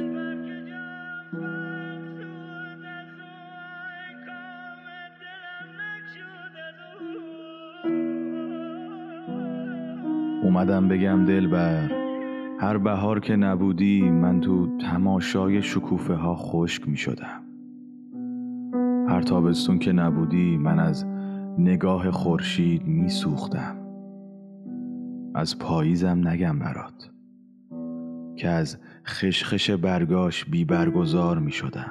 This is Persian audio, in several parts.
اومدم بگم دلبر، هر بهار که نبودی من تو تماشای شکوفه ها خشک می شدم. هر تابستون که نبودی من از نگاه خورشید می سوختم. از پاییزم نگم برات که از خشخش برگاش بی برگزار می شدم.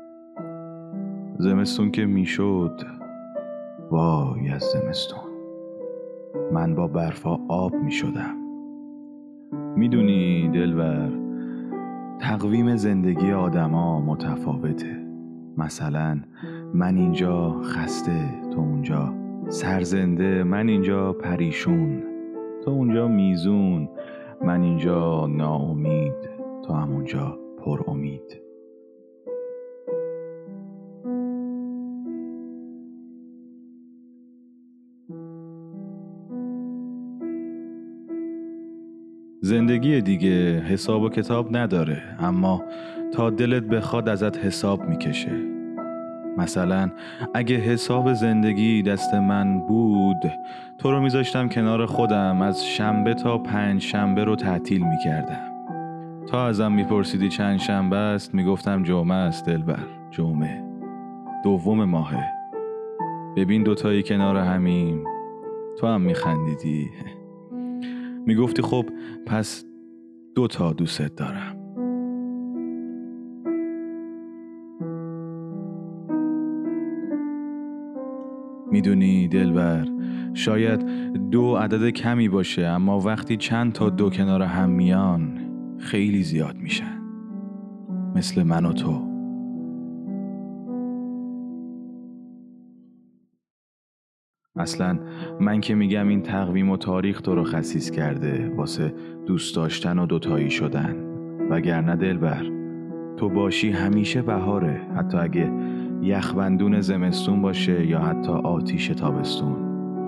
زمستون که می شد، وای از زمستون، من با برفا آب می شدم. میدونی دلبر، تقویم زندگی آدما متفاوته. مثلا من اینجا خسته، تو اونجا سرزنده، من اینجا پریشون، تو اونجا میزون، من اینجا ناامید، تو همونجا پر امید. زندگی دیگه حساب و کتاب نداره، اما تا دلت بخواد ازت حساب میکشه. مثلا اگه حساب زندگی دست من بود، تو رو میذاشتم کنار خودم، از شنبه تا پنج شنبه رو تعطیل میکردم. تا ازم میپرسیدی چند شنبه است، میگفتم جمعه است دلبر، جمعه، دوم ماهه. ببین دوتایی کنار همیم. تو هم میخندیدی، میگفتی خب پس دوتا دوست دارم. میدونی دلبر، شاید دو عدد کمی باشه، اما وقتی چند تا دو کنار هم میان خیلی زیاد میشن. مثل من و تو. اصلا من که میگم این تقویم و تاریخ تو رو خسیس کرده واسه دوست داشتن و دوتایی شدن. وگرنه دلبر، تو باشی همیشه بهاره، حتی اگه یخبندون زمستون باشه یا حتی آتیش تابستون.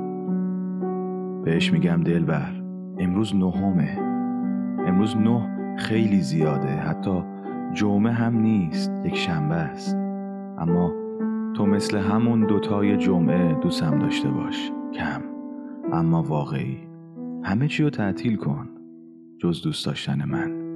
بهش میگم دلبر، امروز نهمه. امروز 9 خیلی زیاده، حتی جمعه هم نیست، یک شنبه است. اما تو مثل همون دوتای جمعه دوستم داشته باش، کم اما واقعی. همه چی رو تعطیل کن جز دوست داشتن من.